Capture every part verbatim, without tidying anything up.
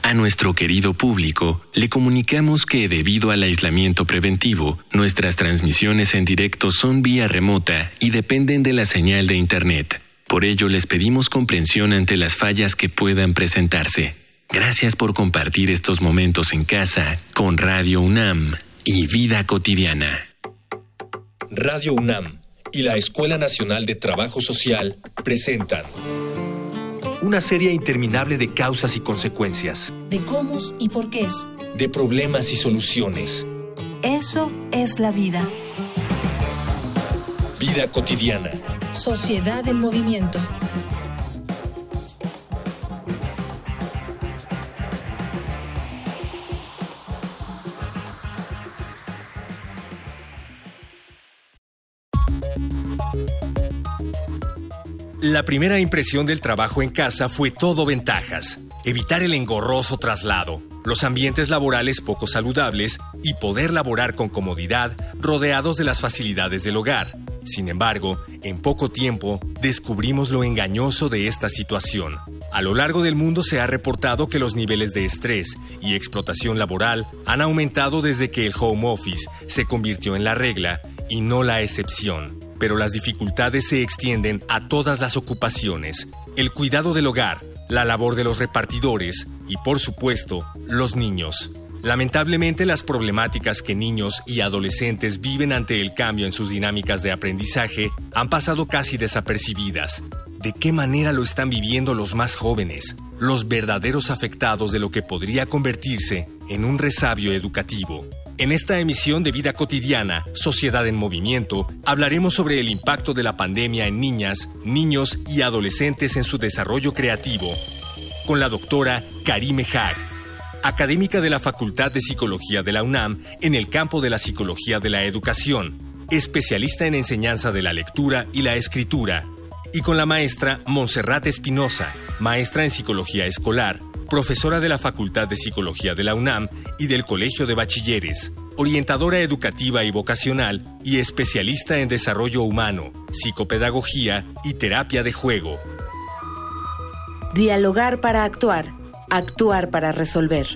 A nuestro querido público, le comunicamos que debido al aislamiento preventivo, nuestras transmisiones en directo son vía remota y dependen de la señal de Internet. Por ello, les pedimos comprensión ante las fallas que puedan presentarse. Gracias por compartir estos momentos en casa con Radio UNAM y Vida Cotidiana. Radio UNAM y la Escuela Nacional de Trabajo Social presentan una serie interminable de causas y consecuencias, de cómo y por qué es, de problemas y soluciones. Eso es la vida. Vida Cotidiana. Sociedad en movimiento. La primera impresión del trabajo en casa fue todo ventajas. Evitar el engorroso traslado, los ambientes laborales poco saludables y poder laborar con comodidad rodeados de las facilidades del hogar. Sin embargo, en poco tiempo descubrimos lo engañoso de esta situación. A lo largo del mundo se ha reportado que los niveles de estrés y explotación laboral han aumentado desde que el home office se convirtió en la regla y no la excepción. Pero las dificultades se extienden a todas las ocupaciones. El cuidado del hogar, la labor de los repartidores y, por supuesto, los niños. Lamentablemente, las problemáticas que niños y adolescentes viven ante el cambio en sus dinámicas de aprendizaje han pasado casi desapercibidas. ¿De qué manera lo están viviendo los más jóvenes, los verdaderos afectados de lo que podría convertirse en un resabio educativo? En esta emisión de Vida Cotidiana, Sociedad en Movimiento, hablaremos sobre el impacto de la pandemia en niñas, niños y adolescentes en su desarrollo creativo, con la doctora Karime Haag, académica de la Facultad de Psicología de la UNAM en el campo de la psicología de la educación, especialista en enseñanza de la lectura y la escritura, y con la maestra Montserrat Espinosa, maestra en psicología escolar, profesora de la Facultad de Psicología de la UNAM y del Colegio de Bachilleres, orientadora educativa y vocacional y especialista en desarrollo humano, psicopedagogía y terapia de juego. Dialogar para actuar, actuar para resolver.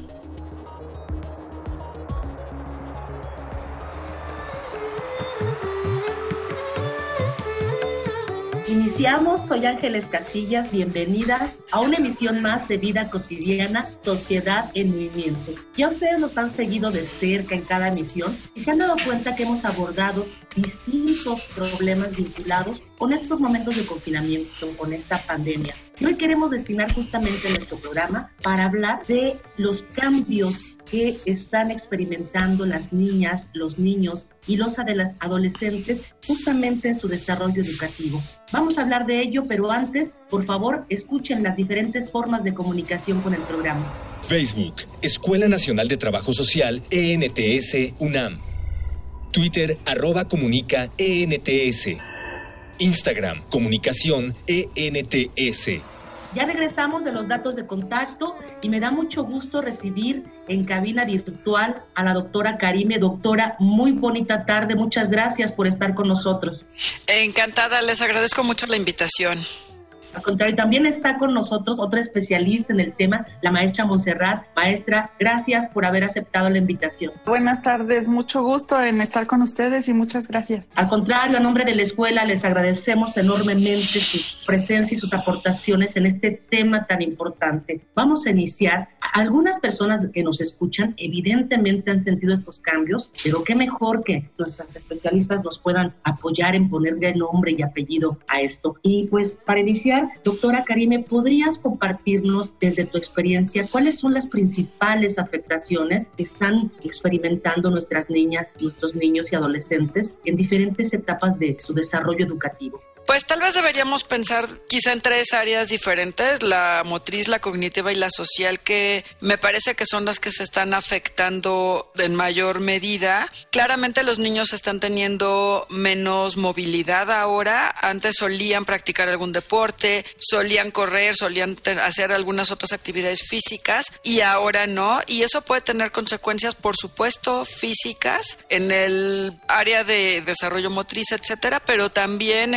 Iniciamos, soy Ángeles Casillas, bienvenidas a una emisión más de Vida Cotidiana, Sociedad en Movimiento. Ya ustedes nos han seguido de cerca en cada emisión y se han dado cuenta que hemos abordado distintos problemas vinculados con estos momentos de confinamiento, con esta pandemia. Y hoy queremos destinar justamente nuestro programa para hablar de los cambios que están experimentando las niñas, los niños y los adolescentes justamente en su desarrollo educativo. Vamos a hablar de ello, pero antes, por favor, escuchen las diferentes formas de comunicación con el programa. Facebook, Escuela Nacional de Trabajo Social, E N T S, UNAM. Twitter, arroba comunica, E N T S. Instagram, comunicación, E N T S. Ya regresamos de los datos de contacto y me da mucho gusto recibir en cabina virtual a la doctora Karime. Doctora, muy bonita tarde, muchas gracias por estar con nosotros. Encantada, les agradezco mucho la invitación. Al contrario, también está con nosotros otra especialista en el tema, la maestra Montserrat. Maestra, gracias por haber aceptado la invitación. Buenas tardes, mucho gusto en estar con ustedes y muchas gracias. Al contrario, a nombre de la escuela les agradecemos enormemente su presencia y sus aportaciones en este tema tan importante. Vamos a iniciar. Algunas personas que nos escuchan evidentemente han sentido estos cambios, pero qué mejor que nuestras especialistas nos puedan apoyar en ponerle nombre y apellido a esto. Y pues para iniciar, doctora Karime, ¿podrías compartirnos desde tu experiencia cuáles son las principales afectaciones que están experimentando nuestras niñas, nuestros niños y adolescentes en diferentes etapas de su desarrollo educativo? Pues tal vez deberíamos pensar quizá en tres áreas diferentes, la motriz, la cognitiva y la social, que me parece que son las que se están afectando en mayor medida. Claramente los niños están teniendo menos movilidad ahora. Antes solían practicar algún deporte, solían correr, solían te- hacer algunas otras actividades físicas y ahora no. Y eso puede tener consecuencias, por supuesto, físicas en el área de desarrollo motriz, etcétera, pero también en cuestión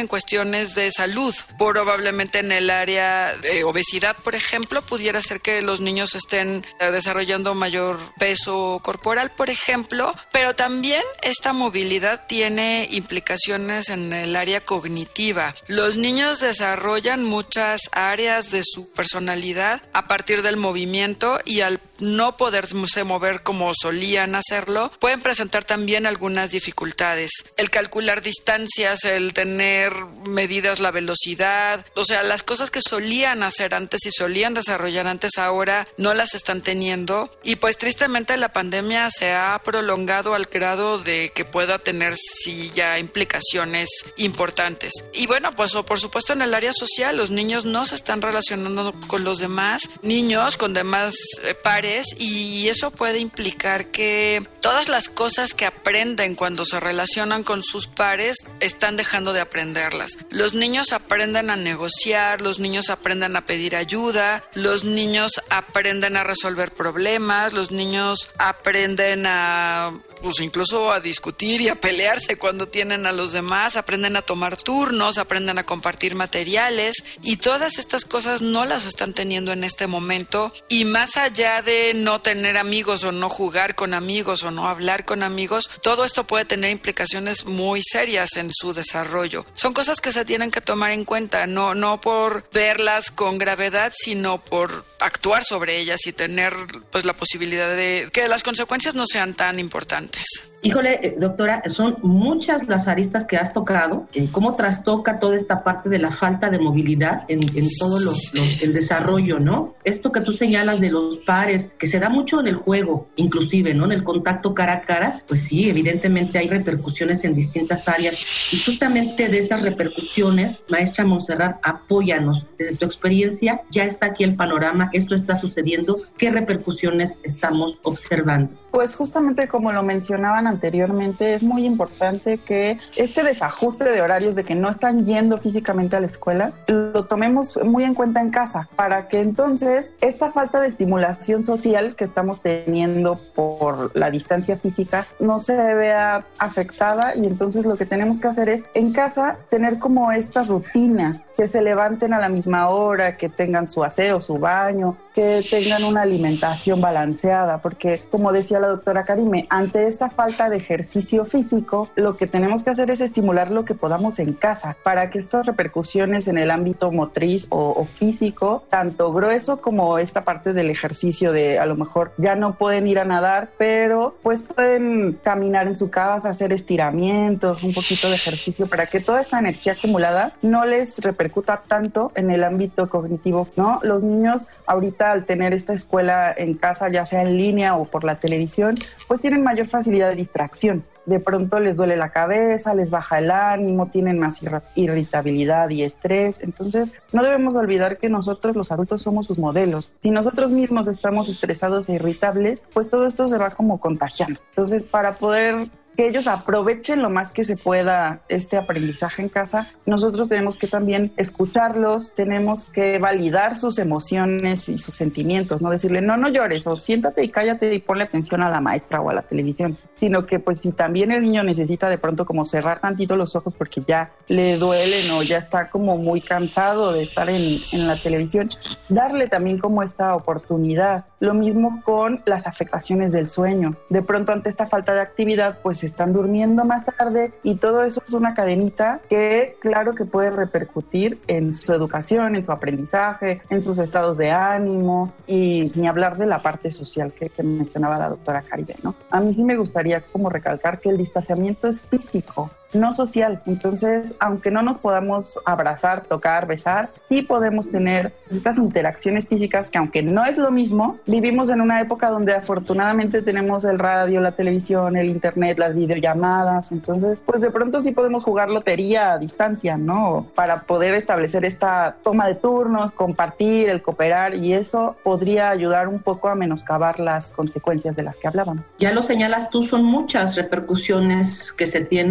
implicaciones de salud. Probablemente en el área de obesidad, por ejemplo, pudiera ser que los niños estén eh, desarrollando mayor peso corporal, por ejemplo, pero también esta movilidad tiene implicaciones en el área cognitiva. Los niños desarrollan muchas áreas de su personalidad a partir del movimiento y al no poderse mover como solían hacerlo, pueden presentar también algunas dificultades. El calcular distancias, el tener medidas la velocidad, o sea, las cosas que solían hacer antes y solían desarrollar antes ahora no las están teniendo, y pues tristemente la pandemia se ha prolongado al grado de que pueda tener sí ya implicaciones importantes. Y bueno, pues o por supuesto en el área social, los niños no se están relacionando con los demás niños, con demás eh, pares, y eso puede implicar que todas las cosas que aprenden cuando se relacionan con sus pares están dejando de aprenderlas. Los niños aprenden a negociar, los niños aprenden a pedir ayuda, los niños aprenden a resolver problemas, los niños aprenden a pues incluso a discutir y a pelearse cuando tienen a los demás, aprenden a tomar turnos, aprenden a compartir materiales, y todas estas cosas no las están teniendo en este momento. Y más allá de no tener amigos o no jugar con amigos o no hablar con amigos, todo esto puede tener implicaciones muy serias en su desarrollo. Son cosas que se tienen que tomar en cuenta, no, no por verlas con gravedad, sino por actuar sobre ellas y tener pues la posibilidad de que las consecuencias no sean tan importantes. Híjole, doctora, son muchas las aristas que has tocado, en cómo trastoca toda esta parte de la falta de movilidad en, en todo los, los, el desarrollo, ¿no? Esto que tú señalas de los pares, que se da mucho en el juego, inclusive, ¿no? En el contacto cara a cara, pues sí, evidentemente hay repercusiones en distintas áreas. Y justamente de esas repercusiones, maestra Montserrat, apóyanos. Desde tu experiencia, ya está aquí el panorama, esto está sucediendo, ¿qué repercusiones estamos observando? Pues justamente como lo mencionaban anteriormente, es muy importante que este desajuste de horarios de que no están yendo físicamente a la escuela, lo tomemos muy en cuenta en casa, para que entonces esta falta de estimulación social que estamos teniendo por la distancia física no se vea afectada, y entonces lo que tenemos que hacer es en casa tener como estas rutinas, que se levanten a la misma hora, que tengan su aseo, su baño, que tengan una alimentación balanceada, porque como decía la doctora Karime, ante esta falta de ejercicio físico, lo que tenemos que hacer es estimular lo que podamos en casa, para que estas repercusiones en el ámbito motriz o, o físico, tanto grueso como esta parte del ejercicio de a lo mejor ya no pueden ir a nadar, pero pues pueden caminar en su casa, hacer estiramientos, un poquito de ejercicio, para que toda esta energía acumulada no les repercuta tanto en el ámbito cognitivo, ¿no? Los niños ahorita, al tener esta escuela en casa, ya sea en línea o por la televisión, pues tienen mayor facilidad de distracción. De pronto les duele la cabeza, les baja el ánimo, tienen más irritabilidad y estrés. Entonces, no debemos olvidar que nosotros los adultos somos sus modelos. Si nosotros mismos estamos estresados e irritables, pues todo esto se va como contagiando. Entonces, para poder que ellos aprovechen lo más que se pueda este aprendizaje en casa, nosotros tenemos que también escucharlos, tenemos que validar sus emociones y sus sentimientos, no decirle no, no llores, o siéntate y cállate y ponle atención a la maestra o a la televisión, sino que pues si también el niño necesita de pronto como cerrar tantito los ojos porque ya le duelen o ya está como muy cansado de estar en, en la televisión, darle también como esta oportunidad. Lo mismo con las afectaciones del sueño. De pronto ante esta falta de actividad, pues están durmiendo más tarde, y todo eso es una cadenita que claro que puede repercutir en su educación, en su aprendizaje, en sus estados de ánimo, y ni hablar de la parte social que, que mencionaba la doctora Karime, ¿no? A mí sí me gustaría como recalcar que el distanciamiento es físico, no social. Entonces, aunque no nos podamos abrazar, tocar, besar, sí podemos tener estas interacciones físicas que, aunque no es lo mismo, vivimos en una época donde afortunadamente tenemos el radio, la televisión, el internet, las videollamadas. Entonces, pues de pronto sí podemos jugar lotería a distancia, ¿no? Para poder establecer esta toma de turnos, compartir, el cooperar, y eso podría ayudar un poco a menoscabar las consecuencias de las que hablábamos. Ya lo señalas tú, son muchas repercusiones que se tiene, no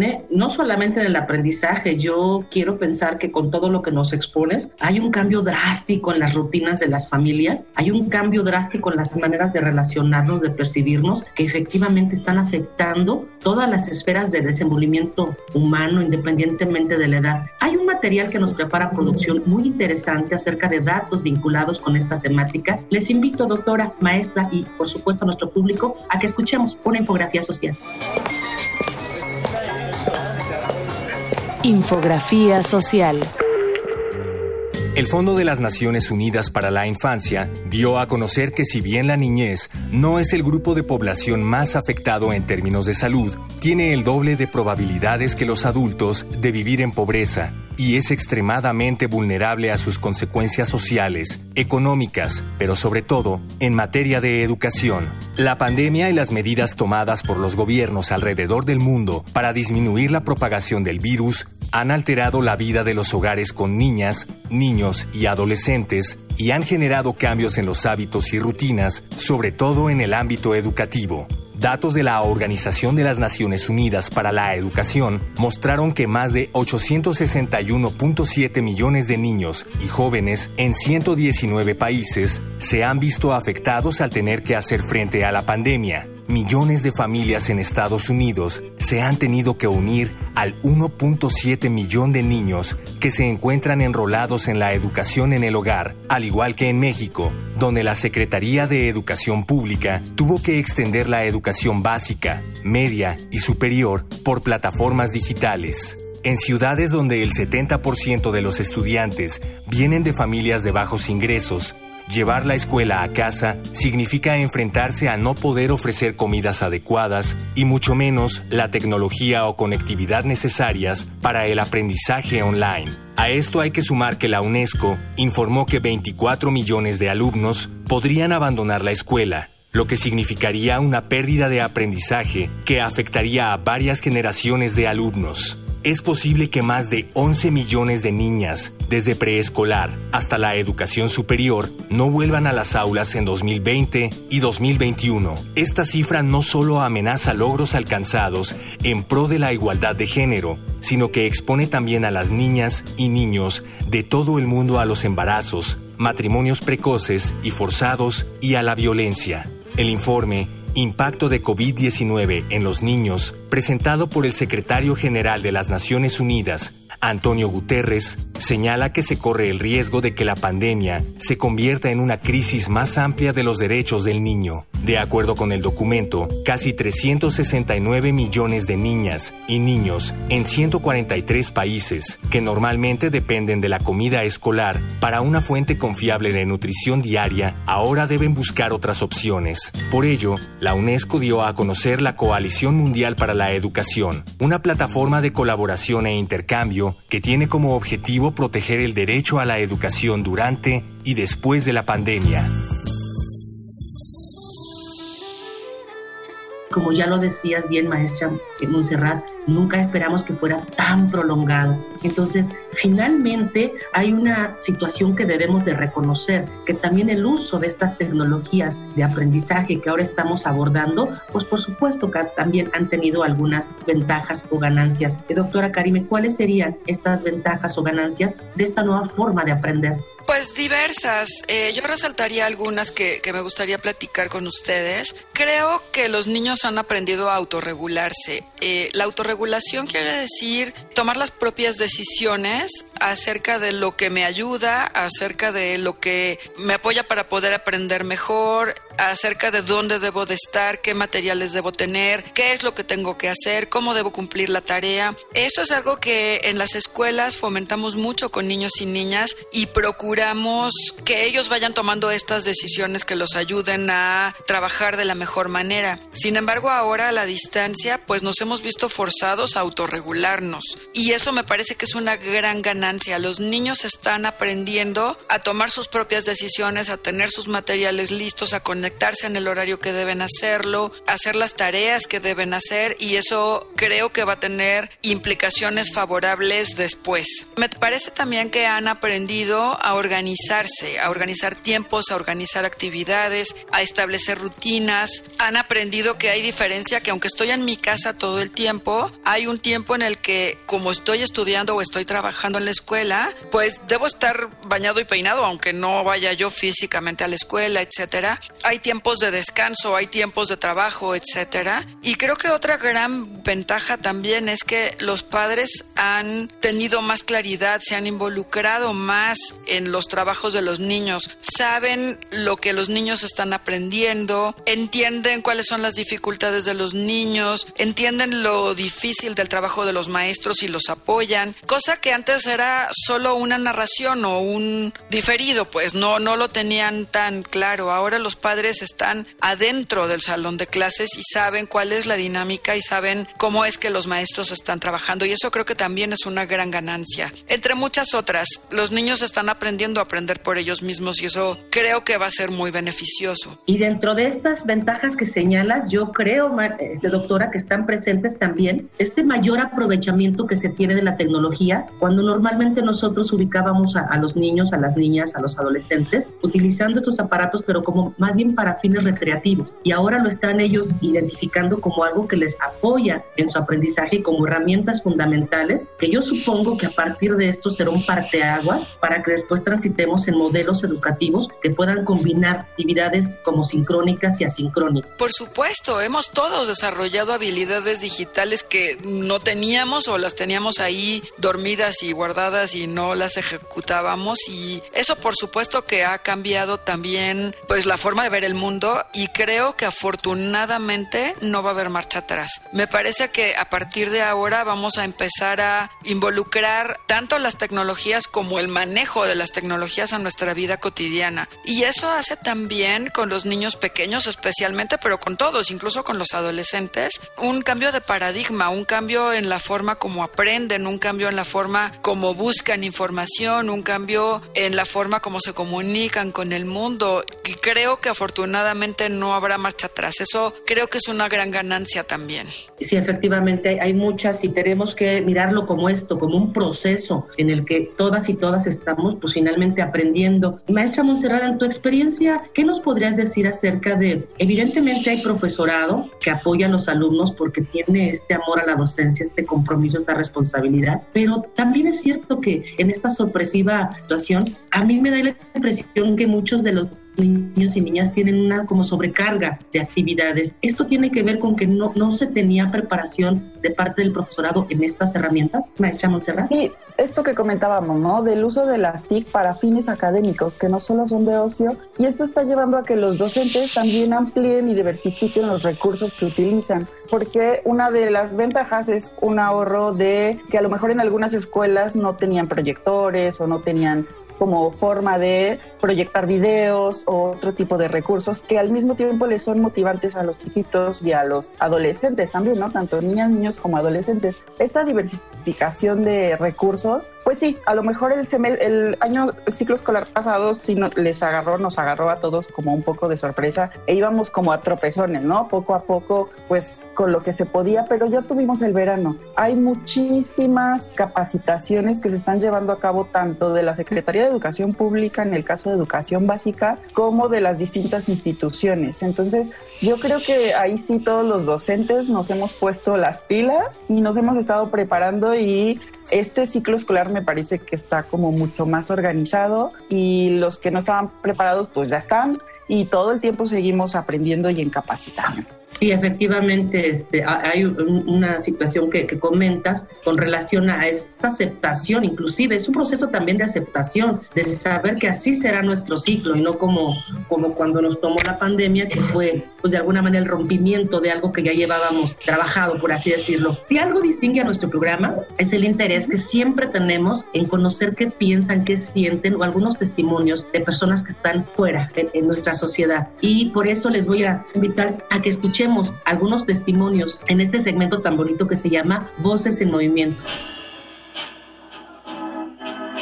solamente en el aprendizaje, yo quiero pensar que con todo lo que nos expones, hay un cambio drástico en las rutinas de las familias, hay un cambio drástico en las maneras de relacionarnos, de percibirnos, que efectivamente están afectando todas las esferas de desenvolvimiento humano, independientemente de la edad. Hay un material que nos prepara producción muy interesante acerca de datos vinculados con esta temática. Les invito, doctora, maestra y, por supuesto, a nuestro público, a que escuchemos una infografía social. Infografía social. El Fondo de las Naciones Unidas para la Infancia dio a conocer que si bien la niñez no es el grupo de población más afectado en términos de salud, tiene el doble de probabilidades que los adultos de vivir en pobreza y es extremadamente vulnerable a sus consecuencias sociales, económicas, pero sobre todo en materia de educación. La pandemia y las medidas tomadas por los gobiernos alrededor del mundo para disminuir la propagación del virus han alterado la vida de los hogares con niñas, niños y adolescentes y han generado cambios en los hábitos y rutinas, sobre todo en el ámbito educativo. Datos de la Organización de las Naciones Unidas para la Educación mostraron que más de ochocientos sesenta y uno punto siete millones de niños y jóvenes en ciento diecinueve países se han visto afectados al tener que hacer frente a la pandemia. Millones de familias en Estados Unidos se han tenido que unir al uno punto siete millón de niños que se encuentran enrolados en la educación en el hogar, al igual que en México, donde la Secretaría de Educación Pública tuvo que extender la educación básica, media y superior por plataformas digitales. En ciudades donde el setenta por ciento de los estudiantes vienen de familias de bajos ingresos, llevar la escuela a casa significa enfrentarse a no poder ofrecer comidas adecuadas y mucho menos la tecnología o conectividad necesarias para el aprendizaje online. A esto hay que sumar que la UNESCO informó que veinticuatro millones de alumnos podrían abandonar la escuela, lo que significaría una pérdida de aprendizaje que afectaría a varias generaciones de alumnos. Es posible que más de once millones de niñas, desde preescolar hasta la educación superior, no vuelvan a las aulas en dos mil veinte y dos mil veintiuno. Esta cifra no solo amenaza logros alcanzados en pro de la igualdad de género, sino que expone también a las niñas y niños de todo el mundo a los embarazos, matrimonios precoces y forzados y a la violencia. El informe Impacto de COVID diecinueve en los niños, presentado por el secretario general de las Naciones Unidas, Antonio Guterres, señala que se corre el riesgo de que la pandemia se convierta en una crisis más amplia de los derechos del niño. De acuerdo con el documento, casi trescientos sesenta y nueve millones de niñas y niños en ciento cuarenta y tres países, que normalmente dependen de la comida escolar para una fuente confiable de nutrición diaria, ahora deben buscar otras opciones. Por ello, la UNESCO dio a conocer la Coalición Mundial para la Educación, una plataforma de colaboración e intercambio que tiene como objetivo proteger el derecho a la educación durante y después de la pandemia. Como ya lo decías bien, maestra Montserrat, nunca esperamos que fuera tan prolongado. Entonces, finalmente hay una situación que debemos de reconocer, que también el uso de estas tecnologías de aprendizaje que ahora estamos abordando, pues por supuesto que también han tenido algunas ventajas o ganancias. Eh, doctora Karime, ¿cuáles serían estas ventajas o ganancias de esta nueva forma de aprender? Pues diversas. Eh, yo resaltaría algunas que, que me gustaría platicar con ustedes. Creo que los niños han aprendido a autorregularse. Eh, la autorregulación quiere decir tomar las propias decisiones acerca de lo que me ayuda, acerca de lo que me apoya para poder aprender mejor, acerca de dónde debo de estar, qué materiales debo tener, qué es lo que tengo que hacer, cómo debo cumplir la tarea. Esto es algo que en las escuelas fomentamos mucho con niños y niñas y procuramos que ellos vayan tomando estas decisiones que los ayuden a trabajar de la mejor manera. Sin embargo, ahora a la distancia, pues nos hemos visto forzados a autorregularnos y eso me parece que es una gran ganancia. Los niños están aprendiendo a tomar sus propias decisiones, a tener sus materiales listos, a conectar conectarse en el horario que deben hacerlo, hacer las tareas que deben hacer, y eso creo que va a tener implicaciones favorables después. Me parece también que han aprendido a organizarse, a organizar tiempos, a organizar actividades, a establecer rutinas. Han aprendido que hay diferencia, que aunque estoy en mi casa todo el tiempo, hay un tiempo en el que, como estoy estudiando o estoy trabajando en la escuela, pues debo estar bañado y peinado, aunque no vaya yo físicamente a la escuela, etcétera. Hay tiempos de descanso, hay tiempos de trabajo, etcétera. Y creo que otra gran ventaja también es que los padres han tenido más claridad, se han involucrado más en los trabajos de los niños, saben lo que los niños están aprendiendo, entienden cuáles son las dificultades de los niños, entienden lo difícil del trabajo de los maestros y los apoyan, cosa que antes era solo una narración o un diferido, pues no, no lo tenían tan claro. Ahora los padres están adentro del salón de clases y saben cuál es la dinámica y saben cómo es que los maestros están trabajando, y eso creo que también es una gran ganancia. Entre muchas otras, los niños están aprendiendo a aprender por ellos mismos y eso creo que va a ser muy beneficioso. Y dentro de estas ventajas que señalas, yo creo, este, doctora, que están presentes también este mayor aprovechamiento que se tiene de la tecnología, cuando normalmente nosotros ubicábamos a, a los niños, a las niñas, a los adolescentes, utilizando estos aparatos, pero como más bien para fines recreativos. Y ahora lo están ellos identificando como algo que les apoya en su aprendizaje y como herramientas fundamentales, que yo supongo que a partir de esto será un parteaguas para que después transitemos en modelos educativos que puedan combinar actividades como sincrónicas y asincrónicas. Por supuesto, hemos todos desarrollado habilidades digitales que no teníamos o las teníamos ahí dormidas y guardadas y no las ejecutábamos, y eso por supuesto que ha cambiado también pues la forma de ver el mundo, y creo que afortunadamente no va a haber marcha atrás. Me parece que a partir de ahora vamos a empezar a involucrar tanto las tecnologías como el manejo de las tecnologías a nuestra vida cotidiana, y eso hace también con los niños pequeños especialmente, pero con todos, incluso con los adolescentes, un cambio de paradigma, un cambio en la forma como aprenden, un cambio en la forma como buscan información, un cambio en la forma como se comunican con el mundo, y creo que afortunadamente no habrá marcha atrás. Eso creo que es una gran ganancia también. Sí, efectivamente hay muchas, y tenemos que mirarlo como esto, como un proceso en el que todas y todas estamos pues finalmente aprendiendo. Maestra Montserrat, en tu experiencia, ¿qué nos podrías decir acerca de, evidentemente hay profesorado que apoya a los alumnos porque tiene este amor a la docencia, este compromiso, esta responsabilidad, pero también es cierto que en esta sorpresiva situación, a mí me da la impresión que muchos de los niños y niñas tienen una como sobrecarga de actividades. ¿Esto tiene que ver con que no, no se tenía preparación de parte del profesorado en estas herramientas, maestra Montserrat? Sí, esto que comentábamos, ¿no? Del uso de las T I C para fines académicos, que no solo son de ocio, y esto está llevando a que los docentes también amplíen y diversifiquen los recursos que utilizan, porque una de las ventajas es un ahorro de que a lo mejor en algunas escuelas no tenían proyectores o no tenían como forma de proyectar videos o otro tipo de recursos que al mismo tiempo les son motivantes a los chiquitos y a los adolescentes también, ¿no? Tanto niñas, niños como adolescentes. Esta diversificación de recursos, pues sí, a lo mejor el, semer, el año el ciclo escolar pasado sí no, les agarró, nos agarró a todos como un poco de sorpresa e íbamos como a tropezones, ¿no? Poco a poco, pues con lo que se podía, pero ya tuvimos el verano. Hay muchísimas capacitaciones que se están llevando a cabo tanto de la Secretaría de Educación Pública, en el caso de educación básica, como de las distintas instituciones. Entonces, yo creo que ahí sí todos los docentes nos hemos puesto las pilas y nos hemos estado preparando, y este ciclo escolar me parece que está como mucho más organizado, y los que no estaban preparados pues ya están, y todo el tiempo seguimos aprendiendo y en capacitación. Sí, efectivamente, este, hay una situación que, que comentas con relación a esta aceptación, inclusive es un proceso también de aceptación, de saber que así será nuestro ciclo y no como, como cuando nos tomó la pandemia, que fue pues de alguna manera el rompimiento de algo que ya llevábamos trabajado, por así decirlo. Si algo distingue a nuestro programa es el interés que siempre tenemos en conocer qué piensan, qué sienten, o algunos testimonios de personas que están fuera en, en nuestra sociedad. Y por eso les voy a invitar a que escuchen algunos testimonios en este segmento tan bonito que se llama Voces en Movimiento.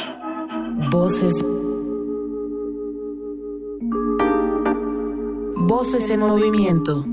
Voces. Voces en movimiento.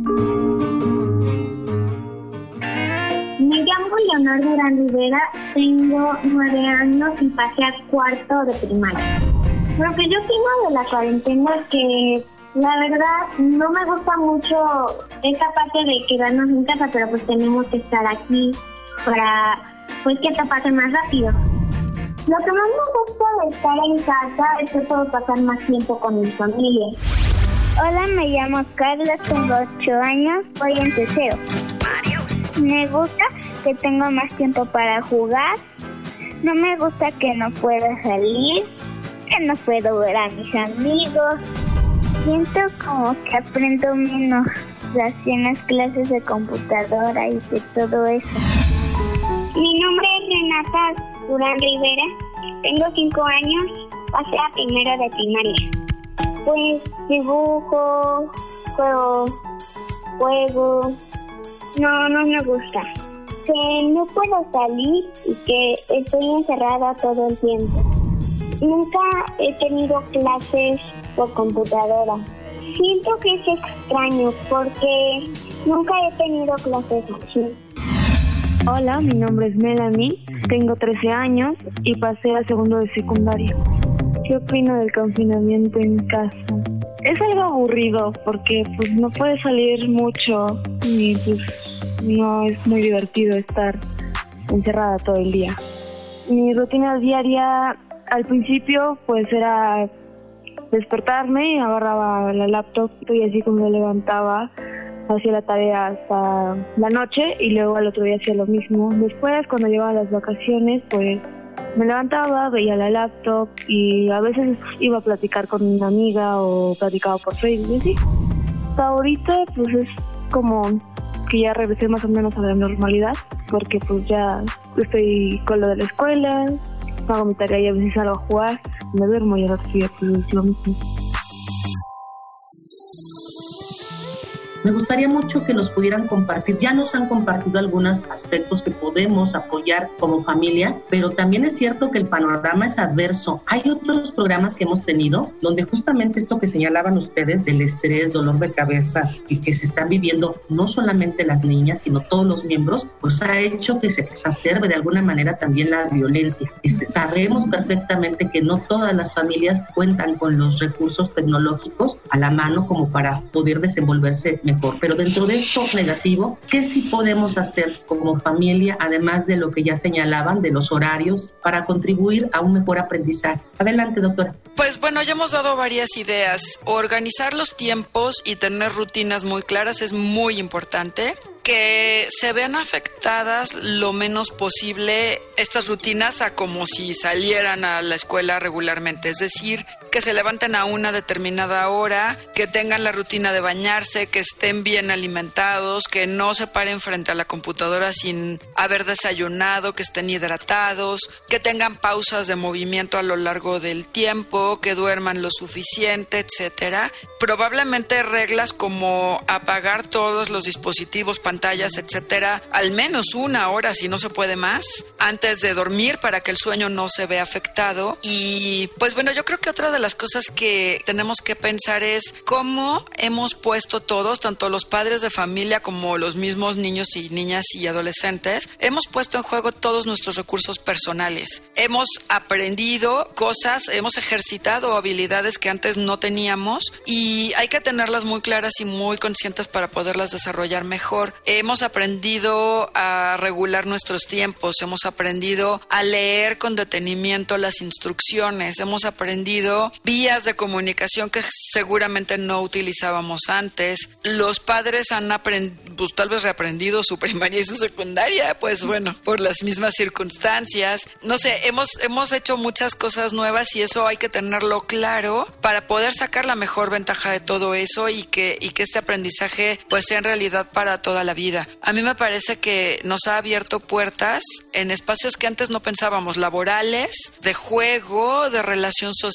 Me llamo Leonor Durán Rivera, tengo nueve años y pasé a cuarto de primaria. Lo que yo opino de la cuarentena es que la verdad no me gusta mucho esta parte de quedarnos en casa, pero pues tenemos que estar aquí para pues que esto pase más rápido. Lo que más me gusta de estar en casa es que puedo pasar más tiempo con mi familia. Hola, me llamo Carla, tengo ocho años, voy en tercero. Me gusta que tengo más tiempo para jugar. No me gusta que no pueda salir, que no puedo ver a mis amigos. Siento como que aprendo menos así en las clases de computadora y de todo eso. Mi nombre es Renata Durán Rivera, tengo cinco años, pasé a primero de primaria. Pues dibujo, juego, juego, no, no me gusta. Que no puedo salir y que estoy encerrada todo el tiempo. Nunca he tenido clases por computadora. Siento que es extraño porque nunca he tenido clases así. Hola, mi nombre es Melanie, tengo trece años y pasé a segundo de secundaria. ¿Qué opino del confinamiento en casa? Es algo aburrido porque pues no puedes salir mucho y pues no es muy divertido estar encerrada todo el día. Mi rutina diaria al principio pues era despertarme, agarraba la laptop y así como me levantaba hacía la tarea hasta la noche y luego al otro día hacía lo mismo. Después, cuando llegaban las vacaciones, pues me levantaba, veía la laptop y a veces iba a platicar con una amiga o platicaba por Facebook y así. Hasta ahorita, pues es como que ya regresé más o menos a la normalidad porque pues ya estoy con lo de la escuela, hago mi tarea y a veces salgo a jugar, me duermo y al otro día pues es lo mismo. Me gustaría mucho que nos pudieran compartir, ya nos han compartido algunos aspectos que podemos apoyar como familia, pero también es cierto que el panorama es adverso. Hay otros programas que hemos tenido donde justamente esto que señalaban ustedes del estrés, dolor de cabeza y que se están viviendo no solamente las niñas, sino todos los miembros, pues ha hecho que se exacerbe de alguna manera también la violencia. Este, sabemos perfectamente que no todas las familias cuentan con los recursos tecnológicos a la mano como para poder desenvolverse mejor. Pero dentro de esto negativo, ¿qué sí podemos hacer como familia, además de lo que ya señalaban, de los horarios, para contribuir a un mejor aprendizaje? Adelante, doctora. Pues bueno, ya hemos dado varias ideas. Organizar los tiempos y tener rutinas muy claras es muy importante. Que se vean afectadas lo menos posible estas rutinas a como si salieran a la escuela regularmente. Es decir, que se levanten a una determinada hora, que tengan la rutina de bañarse, que estén bien alimentados, que no se paren frente a la computadora sin haber desayunado, que estén hidratados, que tengan pausas de movimiento a lo largo del tiempo, que duerman lo suficiente, etcétera. Probablemente reglas como apagar todos los dispositivos, pantallas, etcétera, al menos una hora, si no se puede más, antes de dormir para que el sueño no se vea afectado. Y pues bueno, yo creo que otra de las cosas que tenemos que pensar es cómo hemos puesto todos, tanto los padres de familia como los mismos niños y niñas y adolescentes, hemos puesto en juego todos nuestros recursos personales. Hemos aprendido cosas, hemos ejercitado habilidades que antes no teníamos y hay que tenerlas muy claras y muy conscientes para poderlas desarrollar mejor. Hemos aprendido a regular nuestros tiempos, hemos aprendido a leer con detenimiento las instrucciones, hemos aprendido vías de comunicación que seguramente no utilizábamos antes. Los padres han aprendido, pues tal vez reaprendido su primaria y su secundaria, pues bueno, por las mismas circunstancias. No sé, hemos, hemos hecho muchas cosas nuevas y eso hay que tenerlo claro para poder sacar la mejor ventaja de todo eso y que, y que este aprendizaje pues sea en realidad para toda la vida. A mí me parece que nos ha abierto puertas en espacios que antes no pensábamos, laborales, de juego, de relación social,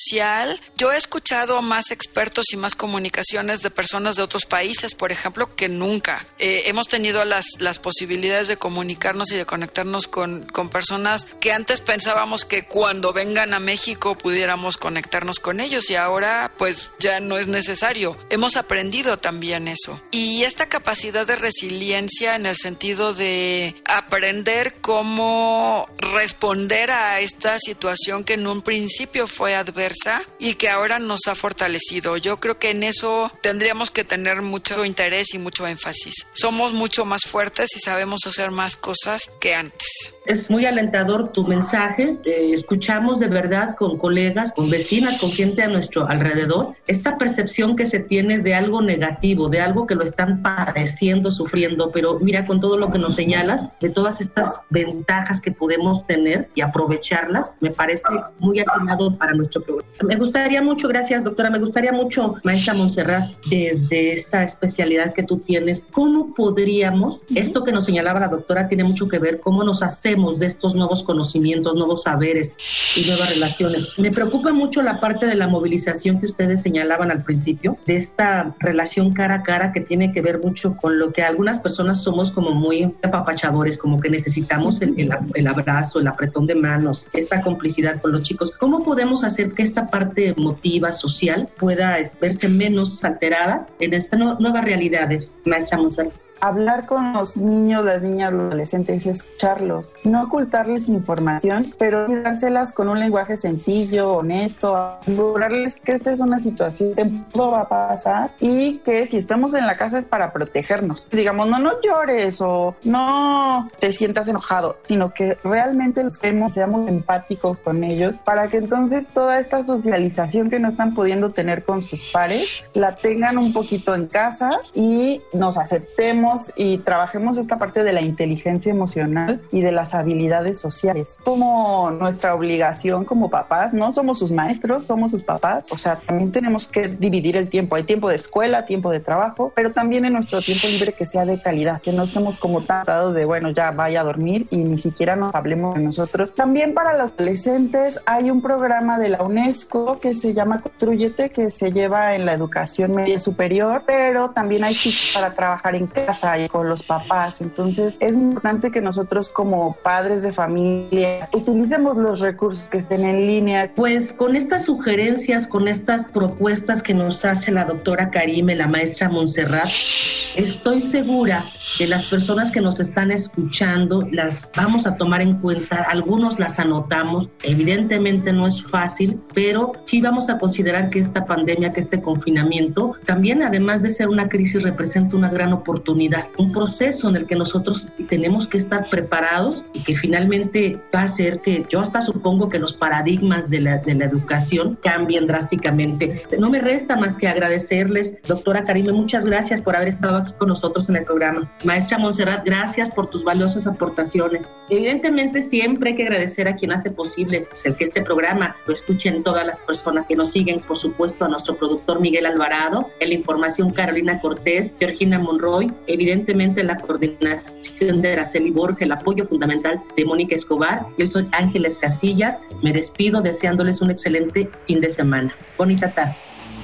social. Yo he escuchado a más expertos y más comunicaciones de personas de otros países, por ejemplo, que nunca. Eh, hemos tenido las, las posibilidades de comunicarnos y de conectarnos con, con personas que antes pensábamos que cuando vengan a México pudiéramos conectarnos con ellos y ahora pues ya no es necesario. Hemos aprendido también eso. Y esta capacidad de resiliencia en el sentido de aprender cómo responder a esta situación que en un principio fue adversa y que ahora nos ha fortalecido. Yo creo que en eso tendríamos que tener mucho interés y mucho énfasis. Somos mucho más fuertes y sabemos hacer más cosas que antes. Es muy alentador tu mensaje. Eh, escuchamos de verdad con colegas, con vecinas, con gente a nuestro alrededor, esta percepción que se tiene de algo negativo, de algo que lo están padeciendo, sufriendo, pero mira, con todo lo que nos señalas, de todas estas ventajas que podemos tener y aprovecharlas, me parece muy atinado para nuestro programa. Me gustaría mucho, gracias doctora, me gustaría mucho, maestra Montserrat, desde esta especialidad que tú tienes, ¿cómo podríamos, esto que nos señalaba la doctora tiene mucho que ver, cómo nos hacemos de estos nuevos conocimientos, nuevos saberes y nuevas relaciones? Me preocupa mucho la parte de la movilización que ustedes señalaban al principio, de esta relación cara a cara que tiene que ver mucho con lo que algunas personas somos como muy apapachadores, como que necesitamos el, el, el abrazo, el apretón de manos, esta complicidad con los chicos. ¿Cómo podemos hacer que esta parte emotiva, social, pueda verse menos alterada en estas no, nuevas realidades, maestra Montserrat? Hablar con los niños, las niñas, los adolescentes, escucharlos, no ocultarles información, pero dárselas con un lenguaje sencillo, honesto, asegurarles que esta es una situación que todo va a pasar y que si estamos en la casa es para protegernos. Digamos, no, no llores o no te sientas enojado, sino que realmente los queremos, seamos empáticos con ellos para que entonces toda esta socialización que no están pudiendo tener con sus pares, la tengan un poquito en casa y nos aceptemos y trabajemos esta parte de la inteligencia emocional y de las habilidades sociales. Como nuestra obligación como papás, no somos sus maestros, somos sus papás, o sea, también tenemos que dividir el tiempo. Hay tiempo de escuela, tiempo de trabajo, pero también en nuestro tiempo libre que sea de calidad, que no estemos como tratados de, bueno, ya vaya a dormir y ni siquiera nos hablemos de nosotros. También para los adolescentes hay un programa de la UNESCO que se llama Construyete, que se lleva en la educación media superior, pero también hay tips para trabajar en casa y con los papás. Entonces es importante que nosotros como padres de familia utilicemos los recursos que estén en línea. Pues con estas sugerencias, con estas propuestas que nos hace la doctora Karime, la maestra Montserrat, estoy segura que las personas que nos están escuchando las vamos a tomar en cuenta, algunos las anotamos, evidentemente no es fácil, pero sí vamos a considerar que esta pandemia, que este confinamiento, también además de ser una crisis, representa una gran oportunidad, un proceso en el que nosotros tenemos que estar preparados y que finalmente va a hacer que yo hasta supongo que los paradigmas de la, de la educación cambien drásticamente. No me resta más que agradecerles, doctora Karime, muchas gracias por haber estado aquí con nosotros en el programa. Maestra Montserrat, gracias por tus valiosas aportaciones. Evidentemente siempre hay que agradecer a quien hace posible pues, el que este programa lo escuchen todas las personas que nos siguen, por supuesto a nuestro productor Miguel Alvarado, en la información Carolina Cortés, Georgina Monroy, evidentemente la coordinación de Araceli Borges, el apoyo fundamental de Mónica Escobar. Yo soy Ángeles Casillas, me despido deseándoles un excelente fin de semana. Bonita tarde.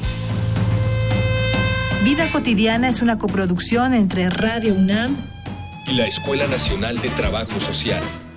Vida Cotidiana es una coproducción entre Radio UNAM y la Escuela Nacional de Trabajo Social.